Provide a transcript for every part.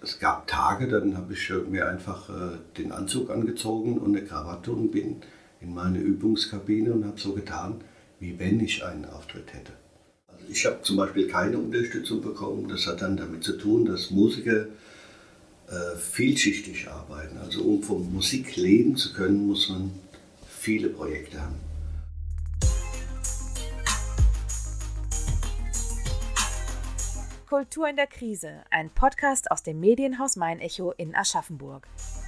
Es gab Tage, dann habe ich mir einfach den Anzug angezogen und eine Krawatte und bin in meine Übungskabine und habe so getan, wie wenn ich einen Auftritt hätte. Also ich habe zum Beispiel keine Unterstützung bekommen. Das hat dann damit zu tun, dass Musiker vielschichtig arbeiten. Also um von Musik leben zu können, muss man viele Projekte haben. Kultur in der Krise, ein Podcast aus dem Medienhaus Mein-Echo in Aschaffenburg.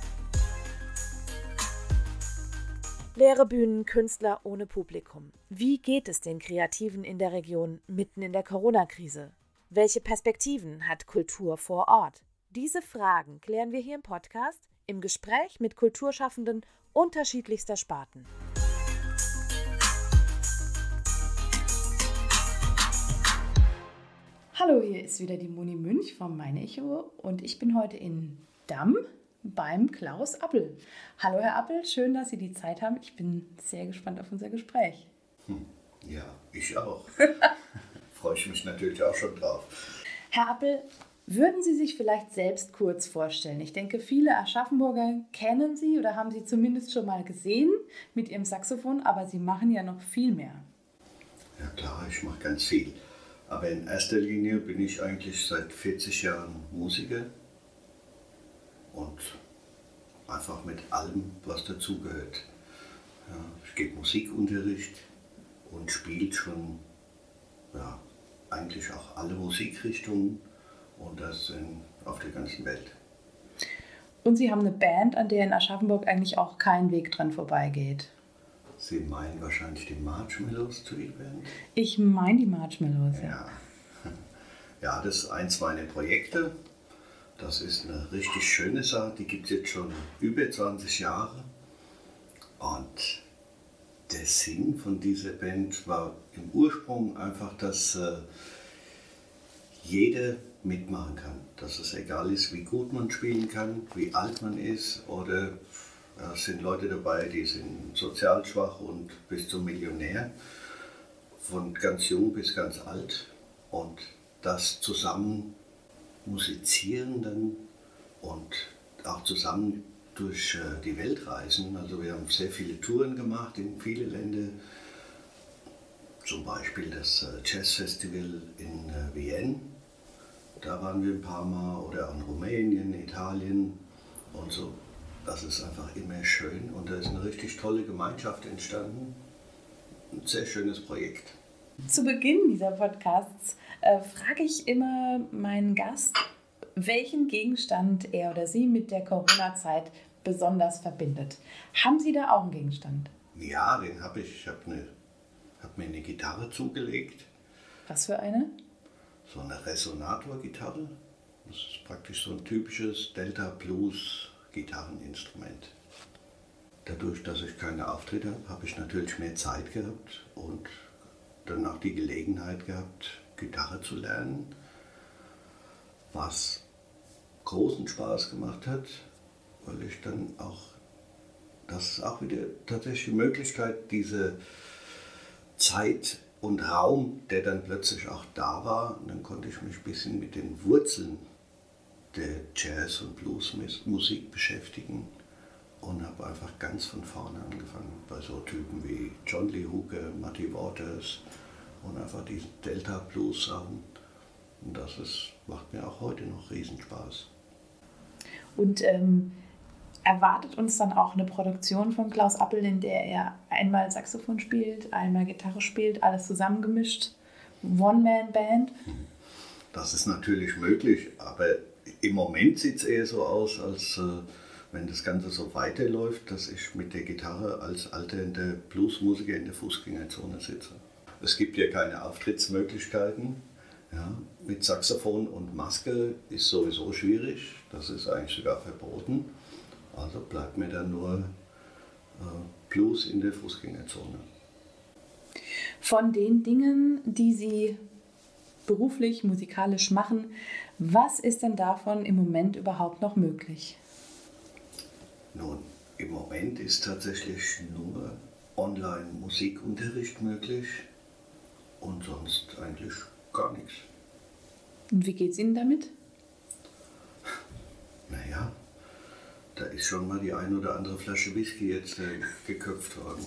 Leere Bühnen, Künstler ohne Publikum. Wie geht es den Kreativen in der Region mitten in der Corona-Krise? Welche Perspektiven hat Kultur vor Ort? Diese Fragen klären wir hier im Podcast im Gespräch mit Kulturschaffenden unterschiedlichster Sparten. Hallo, hier ist wieder die Moni Münch vom Mein-Echo und ich bin heute in Damm beim Klaus Appel. Hallo Herr Appel, schön, dass Sie die Zeit haben. Ich bin sehr gespannt auf unser Gespräch. Ja, ich auch. Freue ich mich natürlich auch schon drauf. Herr Appel, würden Sie sich vielleicht selbst kurz vorstellen? Ich denke, viele Aschaffenburger kennen Sie oder haben Sie zumindest schon mal gesehen mit Ihrem Saxophon, aber Sie machen ja noch viel mehr. Ja klar, ich mache ganz viel. Aber in erster Linie bin ich eigentlich seit 40 Jahren Musiker und einfach mit allem, was dazugehört. Ja, ich gebe Musikunterricht und spiele schon eigentlich auch alle Musikrichtungen und das auf der ganzen Welt. Und Sie haben eine Band, an der in Aschaffenburg eigentlich auch kein Weg dran vorbeigeht. Sie meinen wahrscheinlich die Marshmallow Street Band? Ich meine die Marshmallows, ja. Ja, das ist eins meiner Projekte. Das ist eine richtig schöne Sache. Die gibt es jetzt schon über 20 Jahre. Und der Sinn von dieser Band war im Ursprung einfach, dass jeder mitmachen kann. Dass es egal ist, wie gut man spielen kann, wie alt man ist oder es sind Leute dabei, die sind sozial schwach und bis zum Millionär, von ganz jung bis ganz alt. Und das zusammen musizieren dann und auch zusammen durch die Welt reisen. Also wir haben sehr viele Touren gemacht in viele Länder. Zum Beispiel das Jazzfestival in Wien. Da waren wir ein paar Mal oder an Rumänien, Italien und so. Das ist einfach immer schön und da ist eine richtig tolle Gemeinschaft entstanden. Ein sehr schönes Projekt. Zu Beginn dieser Podcasts frage ich immer meinen Gast, welchen Gegenstand er oder sie mit der Corona-Zeit besonders verbindet. Haben Sie da auch einen Gegenstand? Ja, den habe ich. Ich habe mir eine Gitarre zugelegt. Was für eine? So eine Resonator-Gitarre. Das ist praktisch so ein typisches Delta Blues Gitarreninstrument. Dadurch, dass ich keine Auftritte habe, habe ich natürlich mehr Zeit gehabt und dann auch die Gelegenheit gehabt, Gitarre zu lernen, was großen Spaß gemacht hat, weil ich dann auch, das ist auch wieder tatsächlich die Möglichkeit, diese Zeit und Raum, der dann plötzlich auch da war, und dann konnte ich mich ein bisschen mit den Wurzeln der Jazz- und Bluesmusik beschäftigen und habe einfach ganz von vorne angefangen bei so Typen wie John Lee Hooker, Muddy Waters und einfach diesen Delta Blues Sound. Und das macht mir auch heute noch Riesenspaß. Und erwartet uns dann auch eine Produktion von Klaus Appel, in der er einmal Saxophon spielt, einmal Gitarre spielt, alles zusammengemischt, One-Man-Band? Das ist natürlich möglich, aber im Moment sieht es eher so aus, als wenn das Ganze so weiterläuft, dass ich mit der Gitarre als alternder Bluesmusiker in der Fußgängerzone sitze. Es gibt ja keine Auftrittsmöglichkeiten. Ja, mit Saxophon und Maske ist sowieso schwierig, das ist eigentlich sogar verboten. Also bleibt mir dann nur Blues in der Fußgängerzone. Von den Dingen, die Sie beruflich, musikalisch machen, was ist denn davon im Moment überhaupt noch möglich? Nun, im Moment ist tatsächlich nur Online-Musikunterricht möglich und sonst eigentlich gar nichts. Und wie geht es Ihnen damit? ist schon mal die ein oder andere Flasche Whisky jetzt geköpft worden.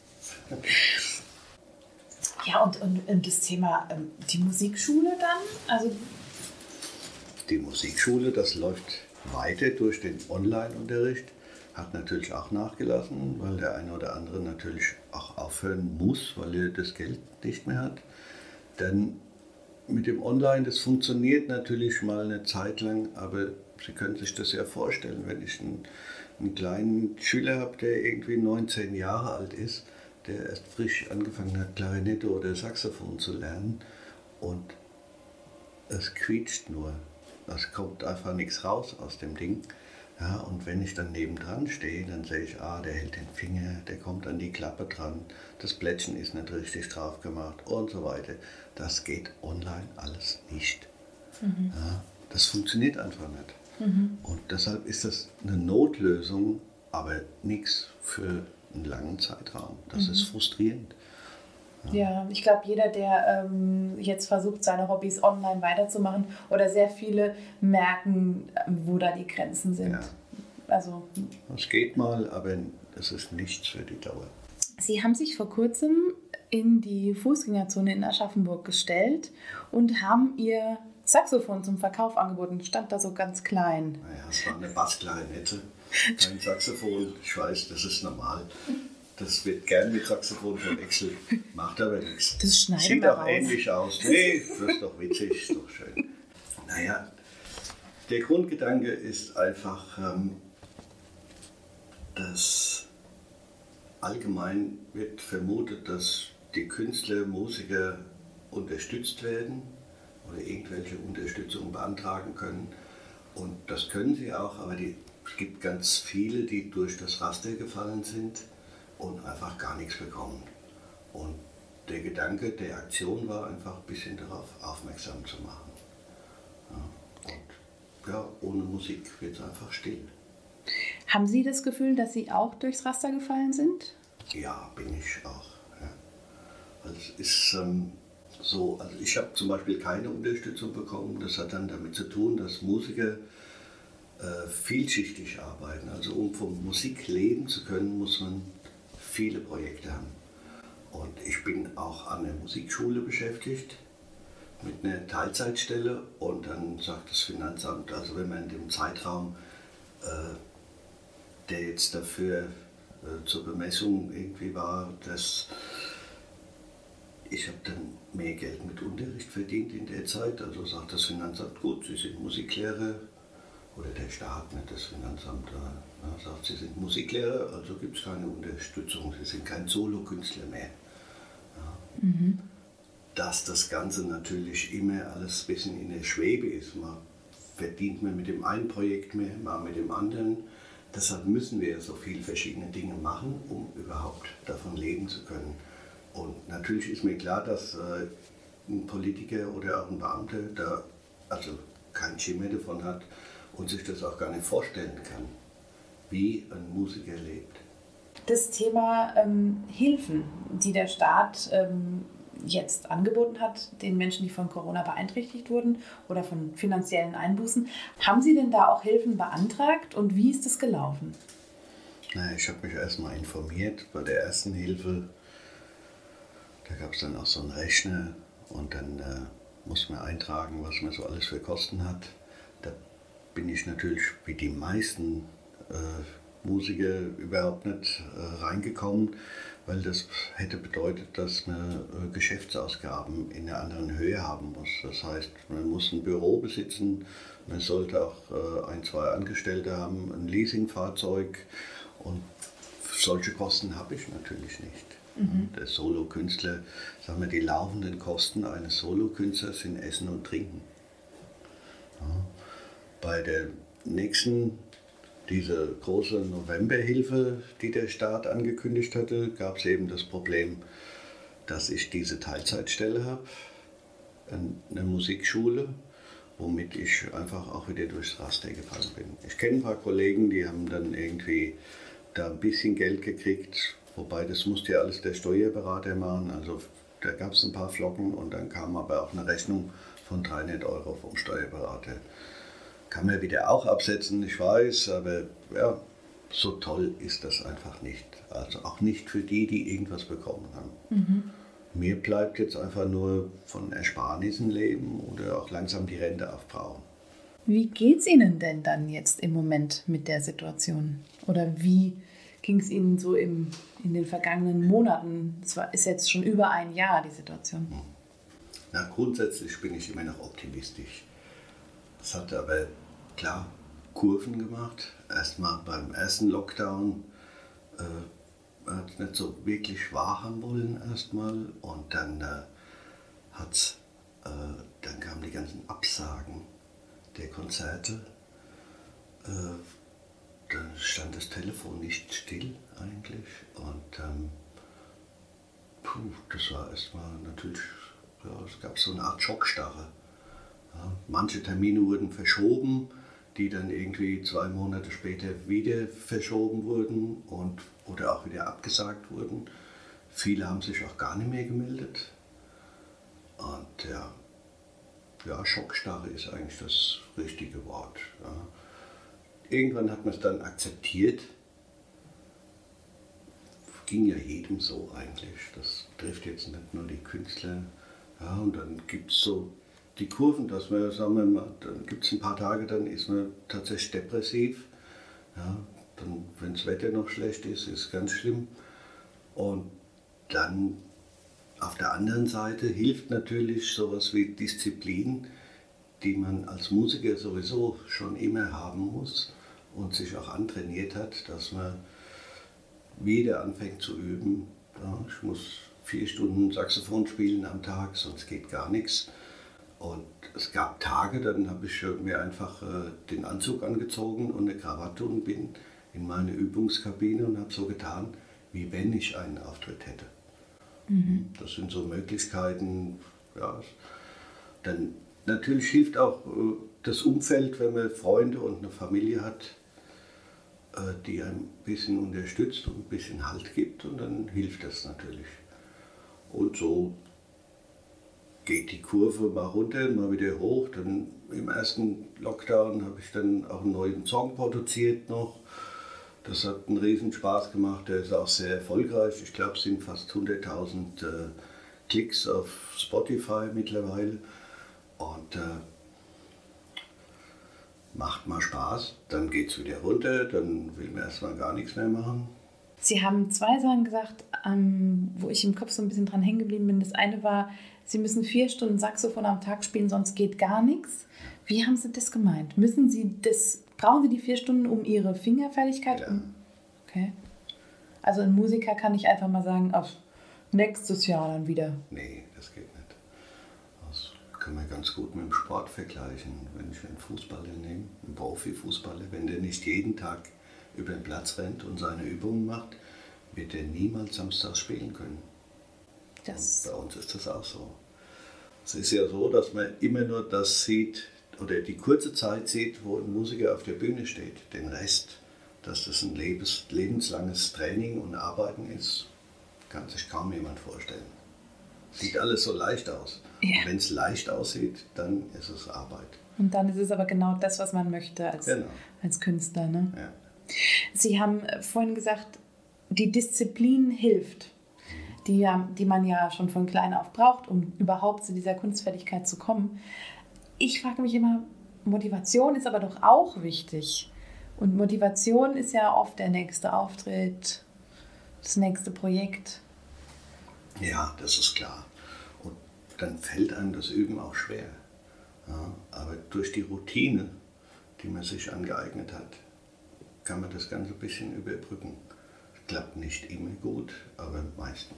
Ja, und das Thema die Musikschule dann? Also die Musikschule, das läuft weiter durch den Online-Unterricht, hat natürlich auch nachgelassen, weil der eine oder andere natürlich auch aufhören muss, weil er das Geld nicht mehr hat. Denn mit dem Online, das funktioniert natürlich mal eine Zeit lang, aber Sie können sich das ja vorstellen, wenn ich einen kleinen Schüler habe, der irgendwie 19 Jahre alt ist, der erst frisch angefangen hat, Klarinette oder Saxophon zu lernen und es quietscht nur. Es kommt einfach nichts raus aus dem Ding. Ja, und wenn ich dann nebendran stehe, dann sehe ich, der hält den Finger, der kommt an die Klappe dran, das Plättchen ist nicht richtig drauf gemacht und so weiter. Das geht online alles nicht. Ja, das funktioniert einfach nicht. Und deshalb ist das eine Notlösung, aber nichts für einen langen Zeitraum. Das ist frustrierend. Ja, ich glaube, jeder, der jetzt versucht, seine Hobbys online weiterzumachen, oder sehr viele merken, wo da die Grenzen sind. Ja. Also, es geht mal, aber es ist nichts für die Dauer. Sie haben sich vor kurzem in die Fußgängerzone in Aschaffenburg gestellt und haben Ihr Saxophon zum Verkauf angeboten. Stand da so ganz klein. Naja, es war eine Bassklarinette, kein Saxophon. Ich weiß, das ist normal. Das wird gern mit Saxophon verwechselt, macht aber nichts. Das schneidet sieht man auch raus. ähnlich aus. Nee, das ist doch witzig, ist doch schön. Naja, der Grundgedanke ist einfach, dass allgemein wird vermutet, dass die Künstler, Musiker unterstützt werden oder irgendwelche Unterstützung beantragen können. Und das können sie auch, aber es gibt ganz viele, die durch das Raster gefallen sind und einfach gar nichts bekommen. Und der Gedanke der Aktion war einfach ein bisschen darauf aufmerksam zu machen. Ja, und ja, ohne Musik wird es einfach still. Haben Sie das Gefühl, dass Sie auch durchs Raster gefallen sind? Ja, bin ich auch. Ja. Also es ist so, also ich habe zum Beispiel keine Unterstützung bekommen. Das hat dann damit zu tun, dass Musiker vielschichtig arbeiten. Also um von Musik leben zu können, muss man viele Projekte haben. Und ich bin auch an der Musikschule beschäftigt mit einer Teilzeitstelle und dann sagt das Finanzamt, also wenn man in dem Zeitraum, der jetzt dafür zur Bemessung irgendwie war, dass ich habe dann mehr Geld mit Unterricht verdient in der Zeit, also sagt das Finanzamt, gut, Sie sind Musiklehrer, oder der Staat, nicht das Finanzamt, sagt, Sie sind Musiklehrer, also gibt es keine Unterstützung, Sie sind kein Solokünstler mehr. Ja. Dass das Ganze natürlich immer alles ein bisschen in der Schwebe ist. Mal verdient man mit dem einen Projekt mehr, mal mit dem anderen. Deshalb müssen wir so viele verschiedene Dinge machen, um überhaupt davon leben zu können. Und natürlich ist mir klar, dass ein Politiker oder auch ein Beamter da also keinen Schimmer davon hat und sich das auch gar nicht vorstellen kann, wie ein Musiker lebt. Das Thema Hilfen, die der Staat jetzt angeboten hat, den Menschen, die von Corona beeinträchtigt wurden oder von finanziellen Einbußen. Haben Sie denn da auch Hilfen beantragt und wie ist das gelaufen? Na, ich habe mich erstmal informiert bei der ersten Hilfe. Da gab es dann auch so einen Rechner und dann muss man eintragen, was man so alles für Kosten hat. Da bin ich natürlich wie die meisten Musiker überhaupt nicht reingekommen, weil das hätte bedeutet, dass man Geschäftsausgaben in einer anderen Höhe haben muss. Das heißt, man muss ein Büro besitzen, man sollte auch 1, 2 Angestellte haben, ein Leasingfahrzeug und solche Kosten habe ich natürlich nicht. Der Solokünstler, sagen wir, die laufenden Kosten eines Solokünstlers sind Essen und Trinken. Ja. Bei der nächsten, diese große Novemberhilfe, die der Staat angekündigt hatte, gab es eben das Problem, dass ich diese Teilzeitstelle habe, eine Musikschule, womit ich einfach auch wieder durchs Raster gefallen bin. Ich kenne ein paar Kollegen, die haben dann irgendwie da ein bisschen Geld gekriegt, wobei das musste ja alles der Steuerberater machen, also da gab es ein paar Flocken und dann kam aber auch eine Rechnung von 300 € vom Steuerberater. Kann man wieder auch absetzen, ich weiß, aber ja, so toll ist das einfach nicht. Also auch nicht für die, die irgendwas bekommen haben. Mir bleibt jetzt einfach nur von Ersparnissen leben oder auch langsam die Rente aufbrauchen. Wie geht's Ihnen denn dann jetzt im Moment mit der Situation? Oder wie ging es Ihnen so in den vergangenen Monaten? Es ist jetzt schon über ein Jahr, die Situation. Na, grundsätzlich bin ich immer noch optimistisch. Es hat aber klar Kurven gemacht. Erstmal beim ersten Lockdown hat es nicht so wirklich wahrhaben wollen erstmal. Und dann dann kamen die ganzen Absagen der Konzerte. Dann stand das Telefon nicht still eigentlich. Und das war erstmal natürlich, ja, es gab so eine Art Schockstarre. Ja, manche Termine wurden verschoben, die dann irgendwie 2 Monate später wieder verschoben wurden oder auch wieder abgesagt wurden. Viele haben sich auch gar nicht mehr gemeldet. Und ja, Schockstarre ist eigentlich das richtige Wort. Ja. Irgendwann hat man es dann akzeptiert. Ging ja jedem so eigentlich. Das trifft jetzt nicht nur die Künstler. Ja, und dann gibt es so die Kurven, dass man, sagen wir mal, dann gibt es ein paar Tage, dann ist man tatsächlich depressiv. Ja, dann, wenn das Wetter noch schlecht ist, ist es ganz schlimm. Und dann auf der anderen Seite hilft natürlich sowas wie Disziplin, die man als Musiker sowieso schon immer haben muss und sich auch antrainiert hat, dass man wieder anfängt zu üben. Ja, ich muss 4 Stunden Saxophon spielen am Tag, sonst geht gar nichts. Und es gab Tage, dann habe ich mir einfach den Anzug angezogen und eine Krawatte und bin in meine Übungskabine und habe so getan, wie wenn ich einen Auftritt hätte. Das sind so Möglichkeiten. Ja. Dann natürlich hilft auch das Umfeld, wenn man Freunde und eine Familie hat, die ein bisschen unterstützt und ein bisschen Halt gibt, und dann hilft das natürlich. Und so geht die Kurve mal runter, mal wieder hoch. Dann im ersten Lockdown habe ich dann auch einen neuen Song produziert noch. Das hat einen riesen Spaß gemacht, der ist auch sehr erfolgreich. Ich glaube, es sind fast 100.000 Klicks auf Spotify mittlerweile. Und macht mal Spaß, dann geht es wieder runter, dann will man erstmal gar nichts mehr machen. Sie haben 2 Sachen gesagt, wo ich im Kopf so ein bisschen dran hängen geblieben bin. Das eine war, Sie müssen 4 Stunden Saxophon am Tag spielen, sonst geht gar nichts. Wie haben Sie das gemeint? Brauchen Sie die 4 Stunden um Ihre Fingerfertigkeit? Ja. Okay. Also ein Musiker kann nicht einfach mal sagen, auf nächstes Jahr dann wieder. Nee, das geht nicht. Das kann man ganz gut mit dem Sport vergleichen. Wenn ich einen Fußballer nehme, einen Profifußballer, wenn der nicht jeden Tag über den Platz rennt und seine Übungen macht, wird er niemals samstags spielen können. Und bei uns ist das auch so. Es ist ja so, dass man immer nur das sieht oder die kurze Zeit sieht, wo ein Musiker auf der Bühne steht. Den Rest, dass das ein lebenslanges Training und Arbeiten ist, kann sich kaum jemand vorstellen. Sieht alles so leicht aus. Ja. Und wenn es leicht aussieht, dann ist es Arbeit. Und dann ist es aber genau das, was man möchte als Künstler. Ne? Ja. Sie haben vorhin gesagt, die Disziplin hilft, die man ja schon von klein auf braucht, um überhaupt zu dieser Kunstfertigkeit zu kommen. Ich frage mich immer, Motivation ist aber doch auch wichtig. Und Motivation ist ja oft der nächste Auftritt, das nächste Projekt. Ja, das ist klar. Und dann fällt einem das Üben auch schwer. Ja, aber durch die Routine, die man sich angeeignet hat, kann man das Ganze ein bisschen überbrücken. Klappt nicht immer gut, aber meistens.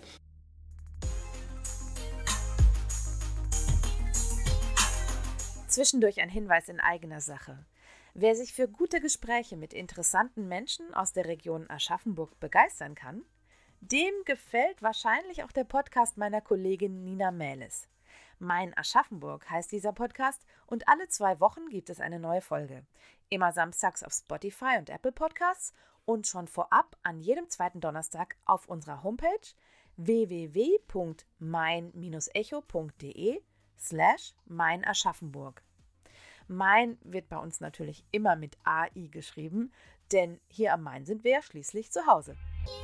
Zwischendurch ein Hinweis in eigener Sache. Wer sich für gute Gespräche mit interessanten Menschen aus der Region Aschaffenburg begeistern kann, dem gefällt wahrscheinlich auch der Podcast meiner Kollegin Nina Mähles. Mein Aschaffenburg heißt dieser Podcast und alle 2 Wochen gibt es eine neue Folge. Immer samstags auf Spotify und Apple Podcasts und schon vorab an jedem 2. Donnerstag auf unserer Homepage www.mein-echo.de/meinaschaffenburg. Main wird bei uns natürlich immer mit AI geschrieben, denn hier am Main sind wir ja schließlich zu Hause.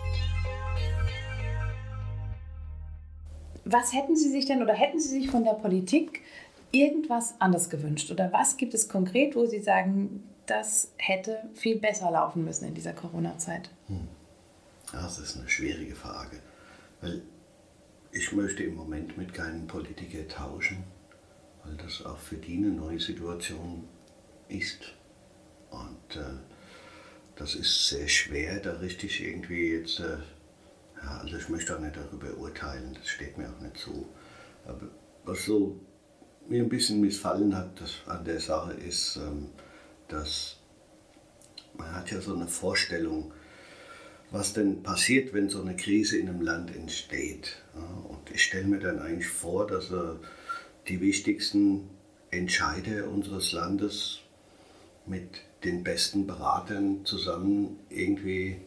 Was hätten Sie sich denn oder hätten Sie sich von der Politik irgendwas anders gewünscht? Oder was gibt es konkret, wo Sie sagen, das hätte viel besser laufen müssen in dieser Corona-Zeit? Das ist eine schwierige Frage, weil ich möchte im Moment mit keinem Politiker tauschen, weil das auch für die eine neue Situation ist. Und das ist sehr schwer, da richtig irgendwie jetzt, also ich möchte auch nicht darüber urteilen, das steht mir auch nicht zu. Aber was so mir ein bisschen missfallen hat an der Sache ist, dass man hat ja so eine Vorstellung, was denn passiert, wenn so eine Krise in einem Land entsteht. Und ich stelle mir dann eigentlich vor, dass die wichtigsten Entscheider unseres Landes mit den besten Beratern zusammen irgendwie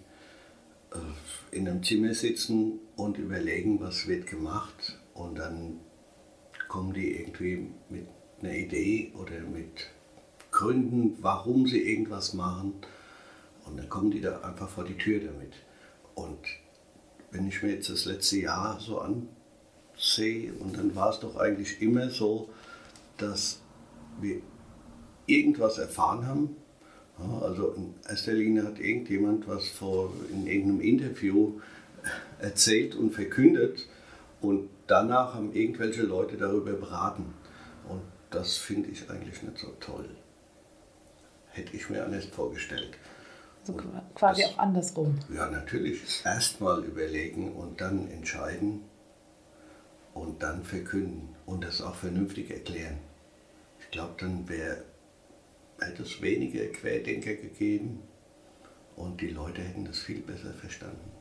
in einem Zimmer sitzen und überlegen, was wird gemacht. Und dann kommen die irgendwie mit einer Idee oder mit Gründen, warum sie irgendwas machen. Und dann kommen die da einfach vor die Tür damit. Und wenn ich mir jetzt das letzte Jahr so ansehe, und dann war es doch eigentlich immer so, dass wir irgendwas erfahren haben. Also in erster Linie hat irgendjemand was in irgendeinem Interview erzählt und verkündet und danach haben irgendwelche Leute darüber beraten. Und das finde ich eigentlich nicht so toll. Hätte ich mir anders vorgestellt. So quasi auch andersrum. Ja, natürlich. Erstmal überlegen und dann entscheiden und dann verkünden und das auch vernünftig erklären. Ich glaube, dann hätte es weniger Querdenker gegeben und die Leute hätten das viel besser verstanden.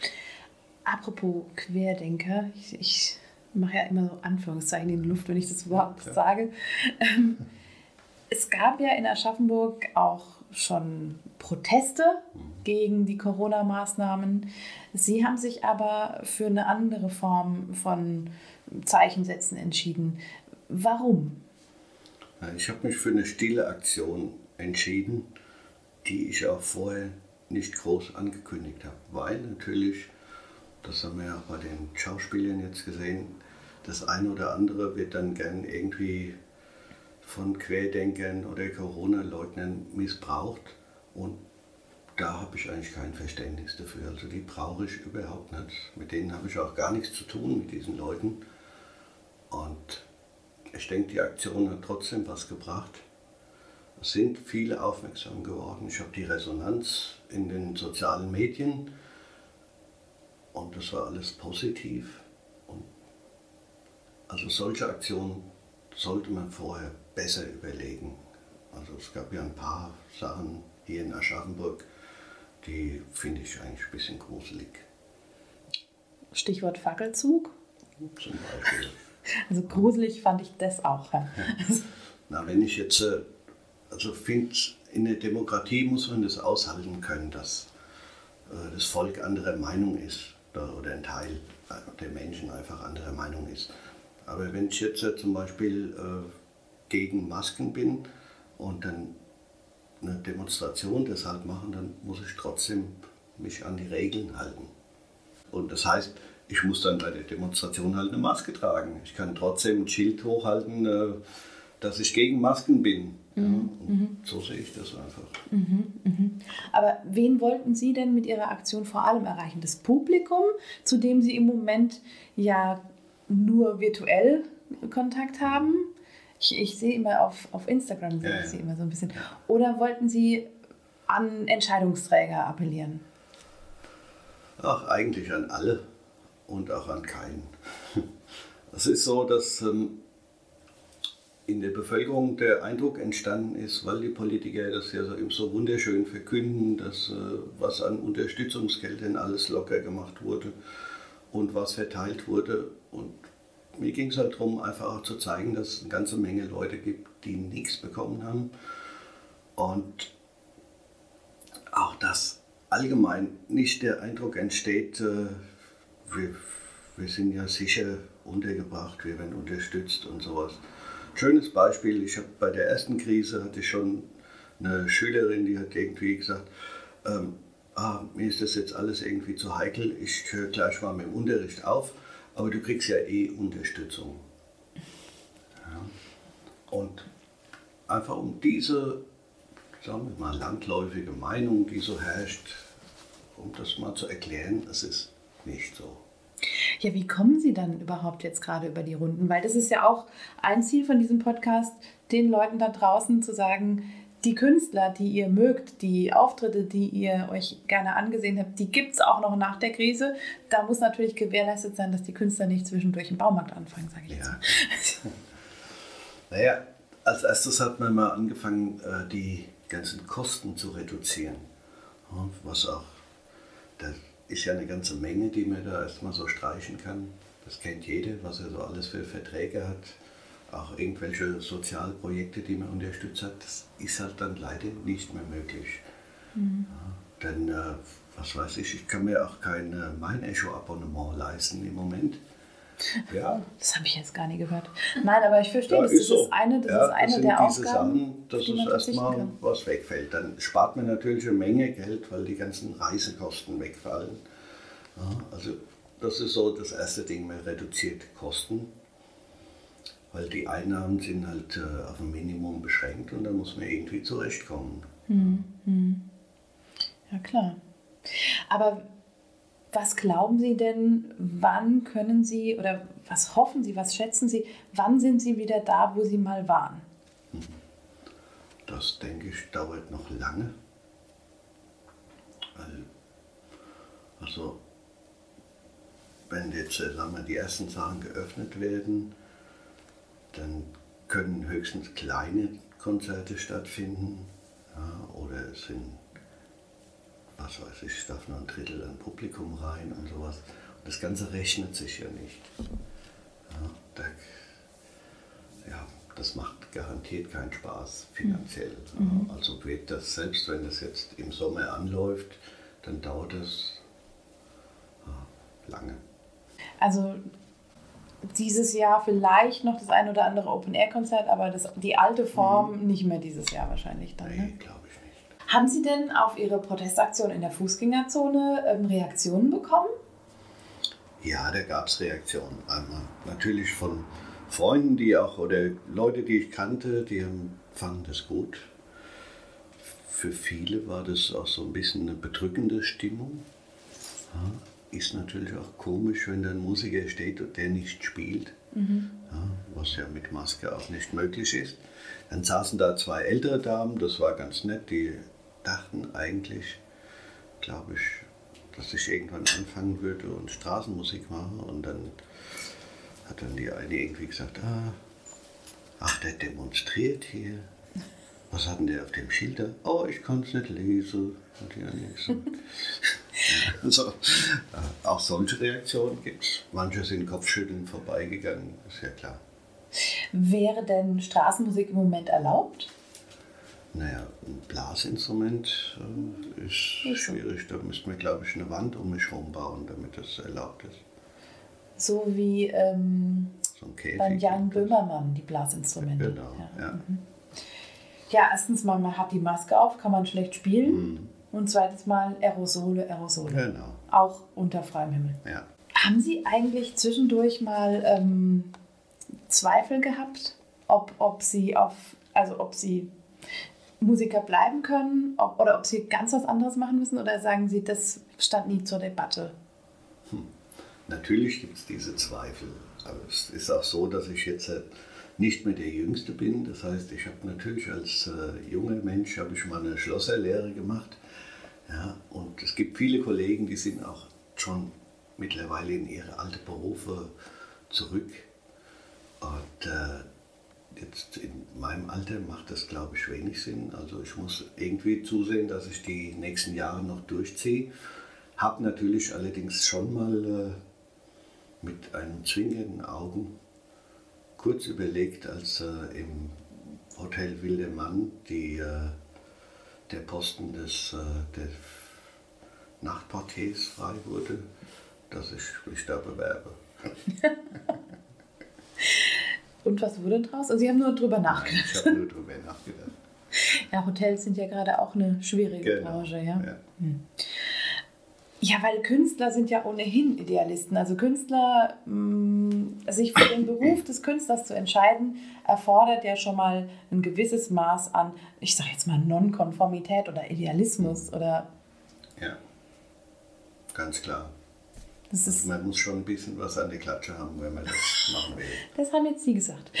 Apropos Querdenker, ich mache ja immer so Anführungszeichen in die Luft, wenn ich das überhaupt sage. Es gab ja in Aschaffenburg auch schon Proteste gegen die Corona-Maßnahmen. Sie haben sich aber für eine andere Form von Zeichensetzen entschieden. Warum? Ich habe mich für eine stille Aktion entschieden, die ich auch vorher nicht groß angekündigt habe, weil natürlich, das haben wir ja auch bei den Schauspielern jetzt gesehen, das eine oder andere wird dann gern irgendwie von Querdenkern oder Corona-Leugnern missbraucht und da habe ich eigentlich kein Verständnis dafür. Also die brauche ich überhaupt nicht. Mit denen habe ich auch gar nichts zu tun, mit diesen Leuten. Und ich denke, die Aktion hat trotzdem was gebracht. Es sind viele aufmerksam geworden. Ich habe die Resonanz in den sozialen Medien und das war alles positiv. Und also solche Aktionen sollte man vorher besser überlegen. Also es gab ja ein paar Sachen hier in Aschaffenburg, die finde ich eigentlich ein bisschen gruselig. Stichwort Fackelzug? Zum Beispiel. Also gruselig fand ich das auch. Na, wenn ich jetzt, also finde, in der Demokratie muss man das aushalten können, dass das Volk anderer Meinung ist oder ein Teil der Menschen einfach anderer Meinung ist. Aber wenn ich jetzt zum Beispiel gegen Masken bin und dann eine Demonstration deshalb machen, dann muss ich trotzdem mich an die Regeln halten. Und das heißt, ich muss dann bei der Demonstration halt eine Maske tragen. Ich kann trotzdem ein Schild hochhalten, dass ich gegen Masken bin. Ja, und so sehe ich das einfach. Aber wen wollten Sie denn mit Ihrer Aktion vor allem erreichen? Das Publikum, zu dem Sie im Moment ja nur virtuell Kontakt haben? Ich sehe immer auf Instagram, sehe ich Sie immer so ein bisschen. Oder wollten Sie an Entscheidungsträger appellieren? Ach, eigentlich an alle und auch an keinen. Es ist so, dass in der Bevölkerung der Eindruck entstanden ist, weil die Politiker das ja so wunderschön verkünden, dass was an Unterstützungsgeldern alles locker gemacht wurde und was verteilt wurde. Und mir ging es halt darum, einfach auch zu zeigen, dass es eine ganze Menge Leute gibt, die nichts bekommen haben. Und auch, dass allgemein nicht der Eindruck entsteht, wir sind ja sicher untergebracht, wir werden unterstützt und sowas. Schönes Beispiel, ich habe bei der ersten Krise hatte ich schon eine Schülerin, die hat irgendwie gesagt, mir ist das jetzt alles irgendwie zu heikel, ich höre gleich mal mit dem Unterricht auf, aber du kriegst ja eh Unterstützung. Ja. Und einfach um diese, sagen wir mal, landläufige Meinung, die so herrscht, um das mal zu erklären, es ist nicht so. Ja, wie kommen Sie dann überhaupt jetzt gerade über die Runden? Weil das ist ja auch ein Ziel von diesem Podcast, den Leuten da draußen zu sagen, die Künstler, die ihr mögt, die Auftritte, die ihr euch gerne angesehen habt, die gibt es auch noch nach der Krise. Da muss natürlich gewährleistet sein, dass die Künstler nicht zwischendurch im Baumarkt anfangen, sage ich jetzt mal. Naja, als erstes hat man mal angefangen, die ganzen Kosten zu reduzieren. Was auch, das ist ja eine ganze Menge, die man da erstmal so streichen kann. Das kennt jeder, was er so alles für Verträge hat. Auch irgendwelche Sozialprojekte, die man unterstützt hat, das ist halt dann leider nicht mehr möglich. Mhm. Ja, denn, was weiß ich kann mir auch kein Mein-Echo-Abonnement leisten im Moment. Ja. Das habe ich jetzt gar nicht gehört. Nein, aber ich verstehe, das ist eine der Aufgaben, dass es erstmal was wegfällt. Dann spart man natürlich eine Menge Geld, weil die ganzen Reisekosten wegfallen. Ja, also das ist so das erste Ding, man reduziert Kosten. Weil die Einnahmen sind halt auf ein Minimum beschränkt und da muss man irgendwie zurechtkommen. Ja, klar. Aber was glauben Sie denn, wann können Sie oder was hoffen Sie, was schätzen Sie, wann sind Sie wieder da, wo Sie mal waren? Das, denke ich, dauert noch lange. Also, wenn jetzt sagen wir, die ersten Sachen geöffnet werden, dann können höchstens kleine Konzerte stattfinden. Ja, oder es sind, was weiß ich, darf nur ein Drittel an Publikum rein und sowas. Und das Ganze rechnet sich ja nicht. Ja, das macht garantiert keinen Spaß finanziell. Also wird das, selbst wenn das jetzt im Sommer anläuft, dann dauert es lange. Also dieses Jahr vielleicht noch das ein oder andere Open-Air-Konzert, aber die alte Form nicht mehr dieses Jahr wahrscheinlich dann. Nee, glaube ich nicht. Haben Sie denn auf Ihre Protestaktion in der Fußgängerzone Reaktionen bekommen? Ja, da gab es Reaktionen. Einmal natürlich von Freunden, die auch, oder Leute, die ich kannte, die fanden das gut. Für viele war das auch so ein bisschen eine bedrückende Stimmung. Ja. Ist natürlich auch komisch, wenn da ein Musiker steht und der nicht spielt, ja, was ja mit Maske auch nicht möglich ist. Dann saßen da zwei ältere Damen, das war ganz nett, die dachten eigentlich, glaube ich, dass ich irgendwann anfangen würde und Straßenmusik mache. Und dann hat dann die eine irgendwie gesagt, ach, der demonstriert hier. Was hat denn der auf dem Schild da? Oh, ich kann es nicht lesen. Hat die eine gesagt. Also, auch solche Reaktionen gibt es. Manche sind Kopfschütteln vorbeigegangen, ist ja klar. Wäre denn Straßenmusik im Moment erlaubt? Naja, ein Blasinstrument ist schwierig. Da müsste man, glaube ich, eine Wand um mich herum bauen, damit das erlaubt ist. So wie so ein Käfig beim Jan Böhmermann, die Blasinstrumente. Genau, ja. Ja, erstens mal, man hat die Maske auf, kann man schlecht spielen. Und zweites Mal Aerosole. Genau. Auch unter freiem Himmel. Ja. Haben Sie eigentlich zwischendurch mal Zweifel gehabt, ob Sie Musiker bleiben können oder ob Sie ganz was anderes machen müssen? Oder sagen Sie, das stand nie zur Debatte? Natürlich gibt es diese Zweifel. Aber es ist auch so, dass ich jetzt nicht mehr der Jüngste bin. Das heißt, ich habe natürlich als junger Mensch mal eine Schlosserlehre gemacht. Ja, und es gibt viele Kollegen, die sind auch schon mittlerweile in ihre alten Berufe zurück. Und jetzt in meinem Alter macht das, glaube ich, wenig Sinn. Also ich muss irgendwie zusehen, dass ich die nächsten Jahre noch durchziehe. Habe natürlich allerdings schon mal mit einem zwinkernden Augen kurz überlegt, als im Hotel Wilder Mann der Posten des Nachtportiers frei wurde, dass ich mich da bewerbe. Und was wurde draus? Also Sie haben nur drüber nachgedacht. Ich habe nur drüber nachgedacht. Ja, Hotels sind ja gerade auch eine schwierige Branche, ja. Ja, weil Künstler sind ja ohnehin Idealisten. Also Künstler, sich für den Beruf des Künstlers zu entscheiden, erfordert ja schon mal ein gewisses Maß an, ich sage jetzt mal Nonkonformität oder Idealismus oder... Ja, ganz klar. Das ist, man muss schon ein bisschen was an der Klatsche haben, wenn man das machen will. Das haben jetzt Sie gesagt.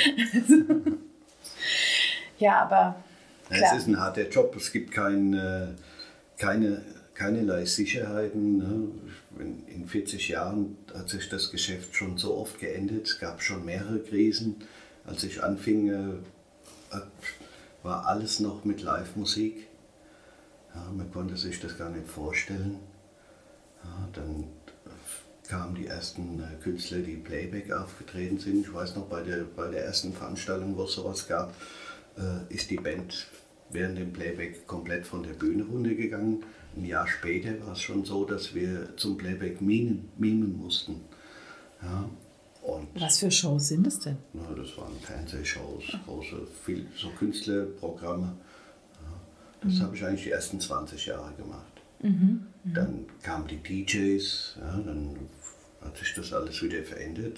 Ja, aber klar. Es ist ein harter Job, es gibt keinerlei Sicherheiten. Ne? In 40 Jahren hat sich das Geschäft schon so oft geändert, es gab schon mehrere Krisen. Als ich anfing, war alles noch mit Live-Musik. Ja, man konnte sich das gar nicht vorstellen. Ja, dann kamen die ersten Künstler, die Playback aufgetreten sind. Ich weiß noch, bei der ersten Veranstaltung, wo es sowas gab, ist die Band während dem Playback komplett von der Bühne runtergegangen. Ein Jahr später war es schon so, dass wir zum Playback mimen mussten. Ja, und was für Shows sind das denn? Na, das waren Fernsehshows, große, so Künstlerprogramme. Ja, das habe ich eigentlich die ersten 20 Jahre gemacht. Dann kamen die DJs, ja, dann hat sich das alles wieder verändert.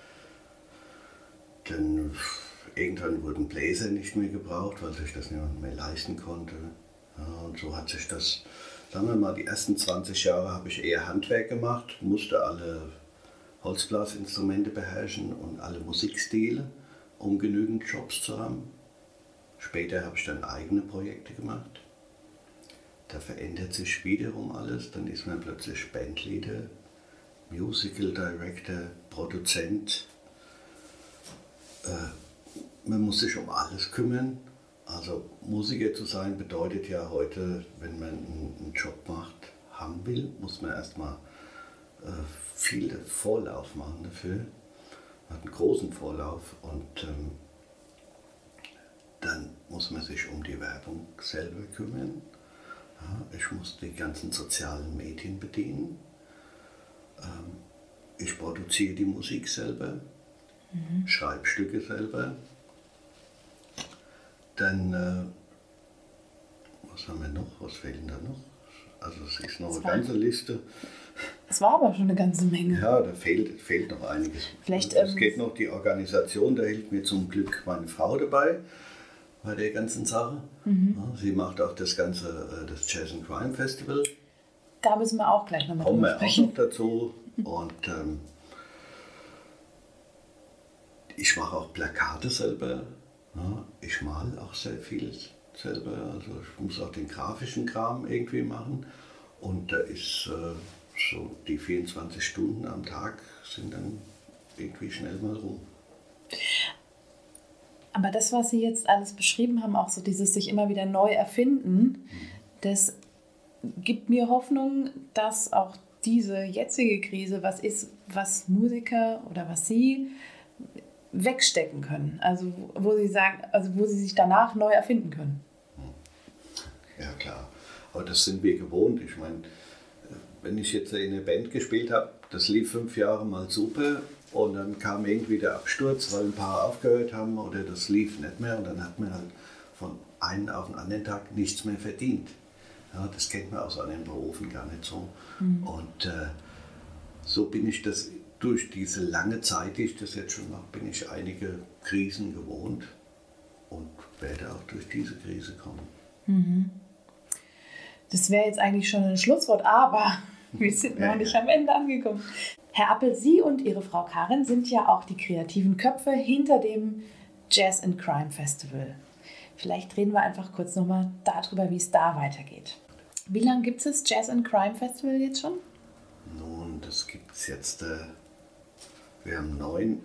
Dann irgendwann wurden Bläser nicht mehr gebraucht, weil sich das niemand mehr leisten konnte. Ja, und so hat sich das, sagen wir mal, die ersten 20 Jahre habe ich eher Handwerk gemacht, musste alle Holzblasinstrumente beherrschen und alle Musikstile, um genügend Jobs zu haben. Später habe ich dann eigene Projekte gemacht. Da verändert sich wiederum alles, dann ist man plötzlich Bandleader, Musical Director, Produzent. Man muss sich um alles kümmern. Also Musiker zu sein bedeutet ja heute, wenn man einen Job haben will, muss man erstmal viel Vorlauf machen dafür. Man hat einen großen Vorlauf und dann muss man sich um die Werbung selber kümmern. Ja, ich muss die ganzen sozialen Medien bedienen. Ich produziere die Musik selber, schreibe Stücke selber. Dann, was haben wir noch? Was fehlt denn da noch? Also es ist noch eine ganze Liste. Das war aber schon eine ganze Menge. Ja, da fehlt noch einiges. Es geht noch die Organisation, da hilft mir zum Glück meine Frau dabei bei der ganzen Sache. Ja, sie macht auch das ganze das Jazz and Crime Festival. Da müssen wir auch gleich nochmal drüber sprechen. Kommen wir auch noch dazu. Und ich mache auch Plakate selber. Ja, ich male auch sehr viel selber. Also ich muss auch den grafischen Kram irgendwie machen. Und da ist so die 24 Stunden am Tag sind dann irgendwie schnell mal rum. Aber das, was Sie jetzt alles beschrieben haben, auch so dieses sich immer wieder neu erfinden, das gibt mir Hoffnung, dass auch diese jetzige Krise was ist, was Musiker oder was Sie wegstecken können. Also wo Sie sagen, also wo Sie sich danach neu erfinden können. Ja klar, aber das sind wir gewohnt. Ich meine, wenn ich jetzt in einer Band gespielt habe, das lief 5 Jahre mal super und dann kam irgendwie der Absturz, weil ein paar aufgehört haben oder das lief nicht mehr und dann hat man halt von einem auf den anderen Tag nichts mehr verdient. Ja, das kennt man aus anderen Berufen gar nicht so. Und so bin ich das durch diese lange Zeit, die ich das jetzt schon mache, bin ich einige Krisen gewohnt und werde auch durch diese Krise kommen. Das wäre jetzt eigentlich schon ein Schlusswort, aber wir sind noch nicht am Ende angekommen. Herr Appel, Sie und Ihre Frau Karin sind ja auch die kreativen Köpfe hinter dem Jazz and Crime Festival. Vielleicht reden wir einfach kurz nochmal darüber, wie es da weitergeht. Wie lange gibt es das Jazz and Crime Festival jetzt schon? Nun, das gibt es jetzt, wir haben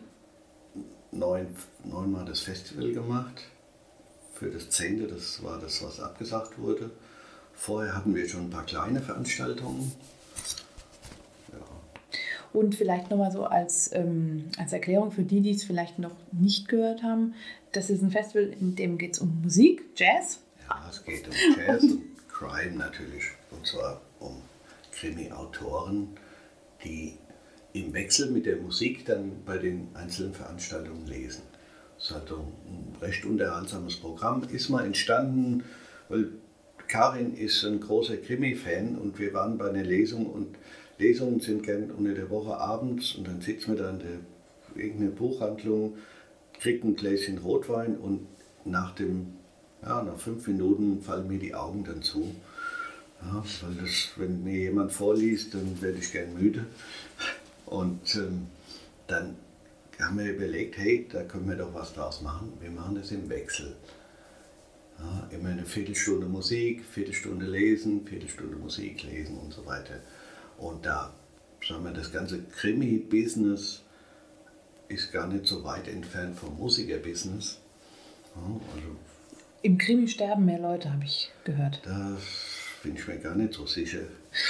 neunmal das Festival gemacht. Für das 10., das war das, was abgesagt wurde. Vorher hatten wir schon ein paar kleine Veranstaltungen. Ja. Und vielleicht nochmal so als Erklärung für die es vielleicht noch nicht gehört haben, das ist ein Festival, in dem geht es um Musik, Jazz. Ja, es geht um Jazz und Crime natürlich. Und zwar um Krimi-Autoren, die im Wechsel mit der Musik dann bei den einzelnen Veranstaltungen lesen. ist halt so ein recht unterhaltsames Programm. Ist mal entstanden, weil Karin ist ein großer Krimi-Fan und wir waren bei einer Lesung und Lesungen sind gern unter der Woche abends und dann sitzen wir da in irgendeiner Buchhandlung, kriegt ein Gläschen Rotwein und nach 5 Minuten fallen mir die Augen dann zu. Ja, weil wenn mir jemand vorliest, dann werde ich gern müde. Und dann haben wir überlegt, hey, da können wir doch was draus machen. Wir machen das im Wechsel. Ja, immer eine Viertelstunde Musik, Viertelstunde lesen, Viertelstunde Musik lesen und so weiter. Und da, sagen wir, das ganze Krimi-Business ist gar nicht so weit entfernt vom Musiker-Business. Ja, also im Krimi sterben mehr Leute, habe ich gehört. Da bin ich mir gar nicht so sicher.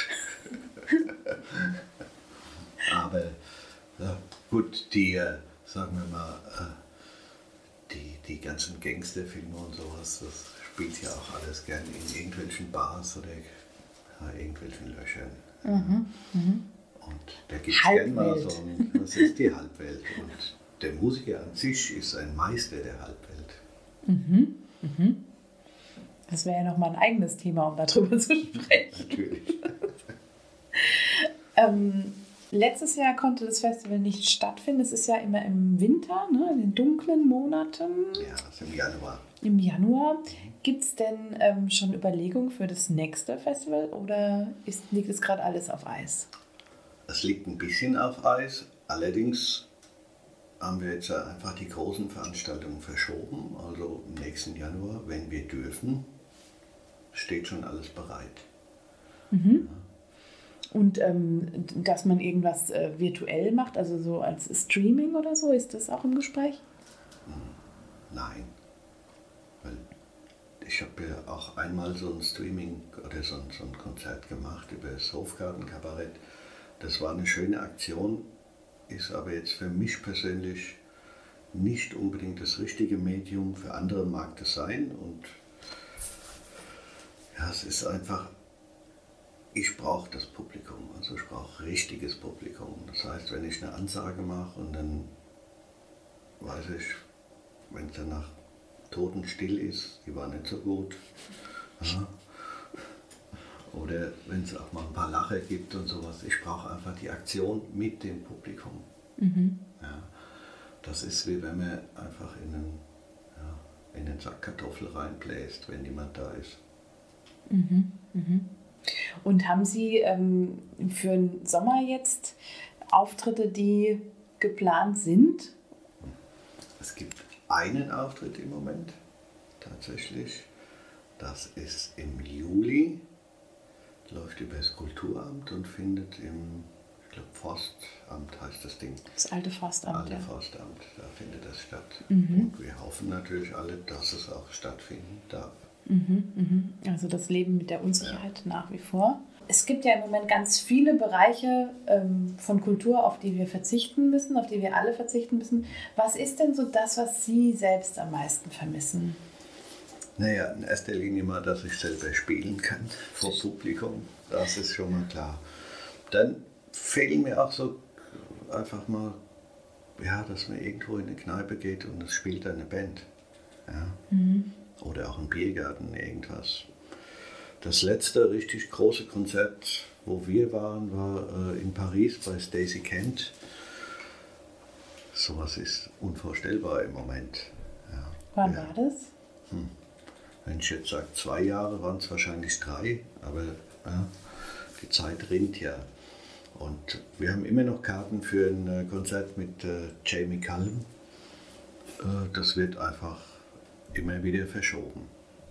Aber ja, gut, sagen wir mal, die ganzen Gangsterfilme und sowas, das spielt ja auch alles gerne in irgendwelchen Bars oder irgendwelchen Löchern. Und da gibt es gerne mal so das ist die Halbwelt. Und der Musiker an sich ist ein Meister der Halbwelt. Das wäre ja nochmal ein eigenes Thema, um darüber zu sprechen. Natürlich. Letztes Jahr konnte das Festival nicht stattfinden. Es ist ja immer im Winter, ne, in den dunklen Monaten. Ja, das ist im Januar. Im Januar. Gibt es denn schon Überlegungen für das nächste Festival oder liegt es gerade alles auf Eis? Es liegt ein bisschen auf Eis. Allerdings haben wir jetzt einfach die großen Veranstaltungen verschoben. Also im nächsten Januar, wenn wir dürfen, steht schon alles bereit. Mhm. Ja. Und dass man irgendwas virtuell macht, also so als Streaming oder so, ist das auch im Gespräch? Nein. Weil ich habe ja auch einmal so ein Streaming oder so ein Konzert gemacht über das Hofgartenkabarett. Das war eine schöne Aktion, ist aber jetzt für mich persönlich nicht unbedingt das richtige Medium. Für andere mag es sein. Und ja, es ist einfach, ich brauche das Publikum, also ich brauche richtiges Publikum. Das heißt, wenn ich eine Ansage mache und dann weiß ich, wenn es danach totenstill ist, die war nicht so gut. Ja. Oder wenn es auch mal ein paar Lacher gibt und sowas. Ich brauche einfach die Aktion mit dem Publikum. Ja. Das ist wie wenn man einfach in den Sack Kartoffel reinbläst, wenn niemand da ist. Und haben Sie für den Sommer jetzt Auftritte, die geplant sind? Es gibt einen Auftritt im Moment, tatsächlich. Das ist im Juli, läuft über das Kulturamt und findet im, ich glaube, Forstamt heißt das Ding. Das alte Forstamt. Alte Forstamt, da findet das statt. Und wir hoffen natürlich alle, dass es auch stattfinden darf. Also das Leben mit der Unsicherheit nach wie vor. Es gibt ja im Moment ganz viele Bereiche von Kultur, auf die wir verzichten müssen, auf die wir alle verzichten müssen. Was ist denn so das, was Sie selbst am meisten vermissen? Naja, in erster Linie mal, dass ich selber spielen kann vor Publikum. Das ist schon mal klar. Dann fehlen mir auch so einfach mal, ja, dass man irgendwo in eine Kneipe geht und es spielt eine Band. Ja. Oder auch im Biergarten irgendwas. Das letzte richtig große Konzert, wo wir waren, war in Paris bei Stacey Kent. Sowas ist unvorstellbar im Moment. Ja. Wann war das? Wenn ich jetzt sage 2 Jahre, waren es wahrscheinlich 3, aber ja, die Zeit rinnt ja. Und wir haben immer noch Karten für ein Konzert mit Jamie Cullum. Das wird einfach immer wieder verschoben.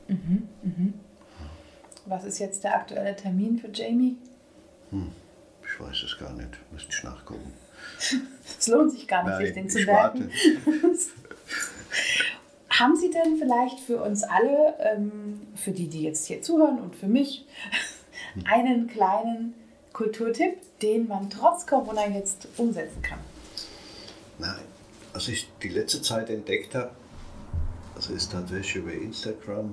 Was ist jetzt der aktuelle Termin für Jamie? Ich weiß es gar nicht, müsste ich nachgucken. Es lohnt sich gar nicht, sich den zu merken. Haben Sie denn vielleicht für uns alle, für die, die jetzt hier zuhören und für mich, einen kleinen Kulturtipp, den man trotz Corona jetzt umsetzen kann? Nein, was ich die letzte Zeit entdeckt habe, das ist tatsächlich über Instagram.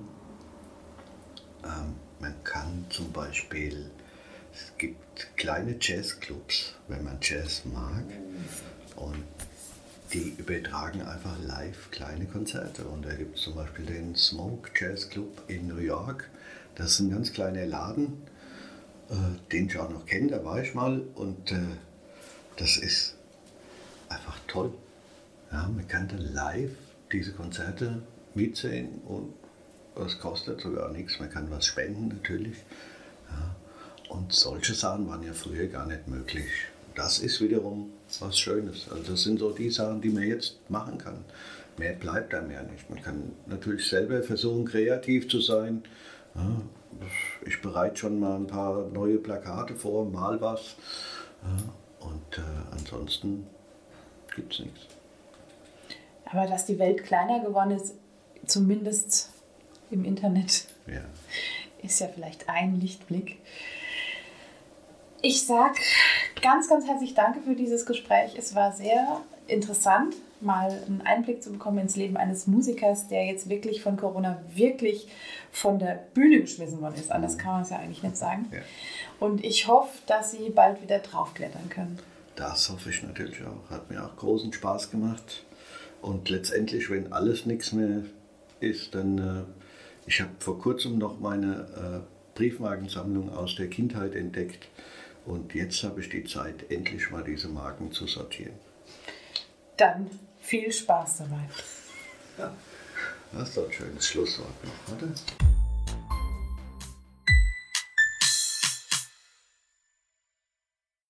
Man kann zum Beispiel, es gibt kleine Jazzclubs, wenn man Jazz mag. Und die übertragen einfach live kleine Konzerte. Und da gibt es zum Beispiel den Smoke Jazz Club in New York. Das ist ein ganz kleiner Laden, den ich auch noch kenne, da war ich mal. Und das ist einfach toll. Ja, man kann dann live diese Konzerte mitsehen und es kostet sogar nichts. Man kann was spenden natürlich. Ja. Und solche Sachen waren ja früher gar nicht möglich. Das ist wiederum was Schönes. Also das sind so die Sachen, die man jetzt machen kann. Mehr bleibt einem ja nicht. Man kann natürlich selber versuchen, kreativ zu sein. Ja, ich bereite schon mal ein paar neue Plakate vor, mal was. Ja, und ansonsten gibt es nichts. Aber dass die Welt kleiner geworden ist, zumindest im Internet, ja, ist ja vielleicht ein Lichtblick. Ich sage ganz, ganz herzlich danke für dieses Gespräch. Es war sehr interessant, mal einen Einblick zu bekommen ins Leben eines Musikers, der jetzt wirklich von Corona wirklich von der Bühne geschmissen worden ist. Anders kann man es ja eigentlich nicht sagen. Ja. Und ich hoffe, dass Sie bald wieder draufklettern können. Das hoffe ich natürlich auch. Hat mir auch großen Spaß gemacht. Und letztendlich, wenn alles nichts mehr ist, dann... ich habe vor kurzem noch meine Briefmarkensammlung aus der Kindheit entdeckt. Und jetzt habe ich die Zeit, endlich mal diese Marken zu sortieren. Dann viel Spaß dabei. Ja, das ist doch ein schönes Schlusswort noch, oder?